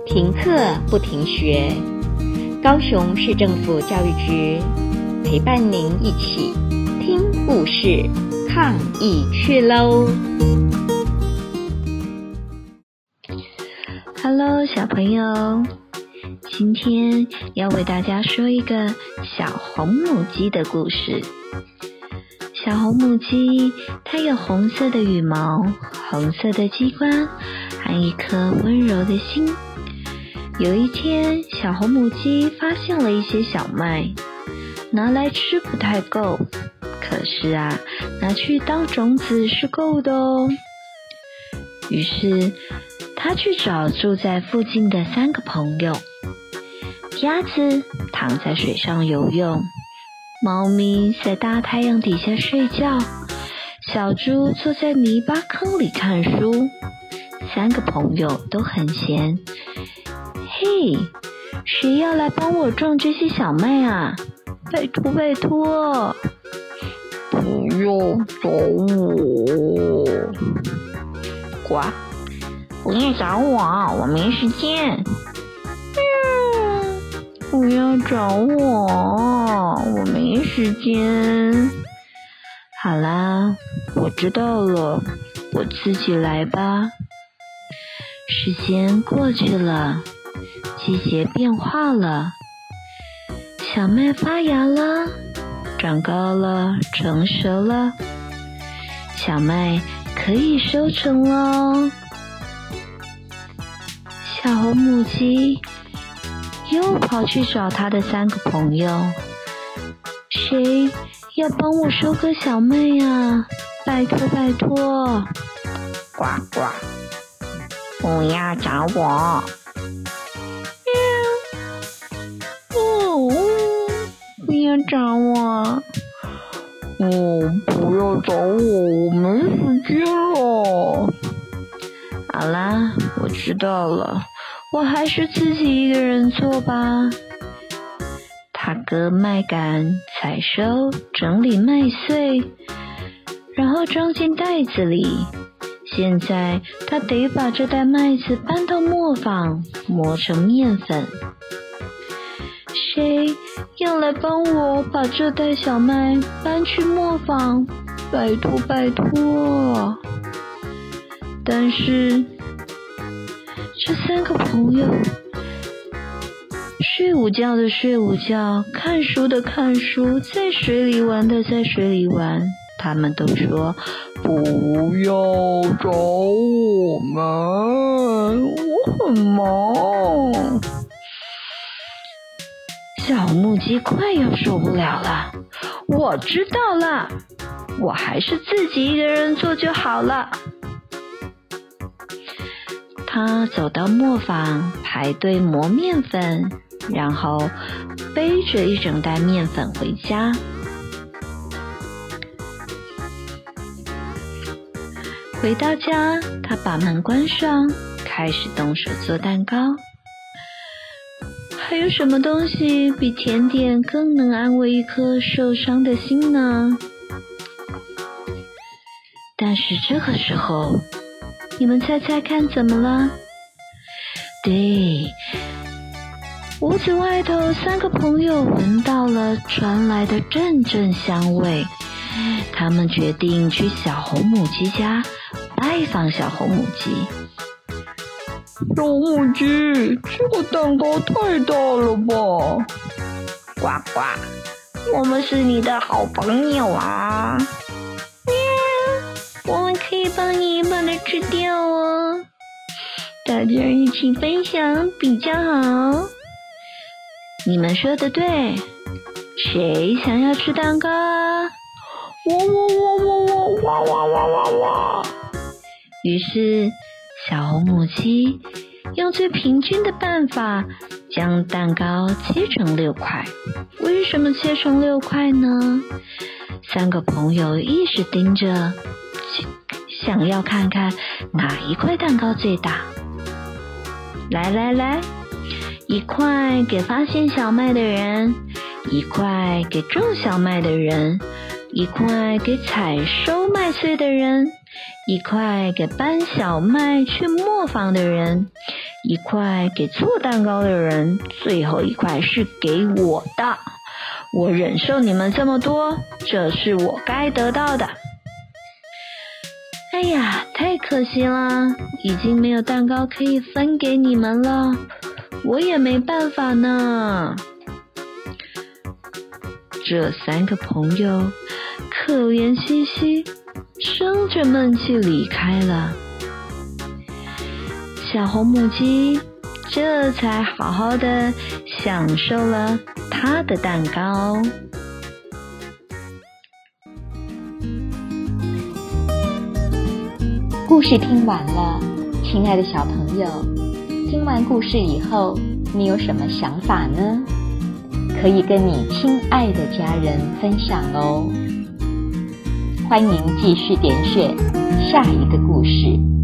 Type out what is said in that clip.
停课不停学，高雄市政府教育局陪伴您一起听故事，抗疫去喽。 Hello， 小朋友，今天要为大家说一个小红母鸡的故事。小红母鸡，它有红色的羽毛、红色的鸡冠和一颗温柔的心。有一天，小红母鸡发现了一些小麦，拿来吃不太够，可是拿去当种子是够的哦。于是它去找住在附近的3个朋友。鸭子躺在水上游泳，猫咪在大太阳底下睡觉，小猪坐在泥巴坑里看书。3个朋友都很闲。嘿，谁要来帮我种这些小麦啊？拜托拜托！ 不要找我！ 呱！ 不要找我，我没时间。 不要找我，我没时间。好啦，我知道了，我自己来吧。时间过去了，季节变化了，小麦发芽了，长高了，成熟了，小麦可以收成了。小红母鸡又跑去找他的3个朋友，谁要帮我收割小麦呀？拜托拜托！ 呱呱！不要找我！ 不要找我！ 不要找我，我没时间了。 好啦，我知道了，我还是自己一个人做吧。他割麦秆，采收，整理麦穗，然后装进袋子里。现在他得把这袋麦子搬到磨坊，磨成面粉。谁要来帮我把这袋小麦搬去磨坊？拜托拜托！但是这3个朋友，睡午觉的睡午觉，看书的看书，在水里玩的在水里玩，他们都说不要找我们，我很忙。 小母鸡快要受不了了，我知道了，我还是自己一个人做就好了。他走到磨坊，排队磨面粉，然后背着一整袋面粉回家。回到家，他把门关上，开始动手做蛋糕。还有什么东西比甜点更能安慰一颗受伤的心呢？但是这个时候，你们猜猜看怎么了？对，屋子外头3个朋友闻到了传来的阵阵香味，他们决定去小红母鸡家拜访小红母鸡。 小母鸡，这个蛋糕太大了吧？ 呱呱，我们是你的好朋友啊！我们可以帮你把它吃掉哦，大家一起分享比较好。你们说的对，谁想要吃蛋糕啊？ 我，哇哇哇哇哇！ 于是小红母鸡用最平均的办法将蛋糕切成6块。为什么切成6块呢？3个朋友一直盯着，想要看看哪一块蛋糕最大。来，一块给发现小麦的人，一块给种小麦的人，一块给采收麦穗的人，一块给搬小麦去磨坊的人， 一块给做蛋糕的人，最后一块是给我的。我忍受你们这么多，这是我该得到的。哎呀，太可惜了，已经没有蛋糕可以分给你们了，我也没办法呢。这3个朋友可怜兮兮，生着闷气离开了。小红母鸡这才好好的享受了它的蛋糕。 故事听完了，亲爱的小朋友，听完故事以后，你有什么想法呢？可以跟你亲爱的家人分享哦。欢迎继续点选下一个故事。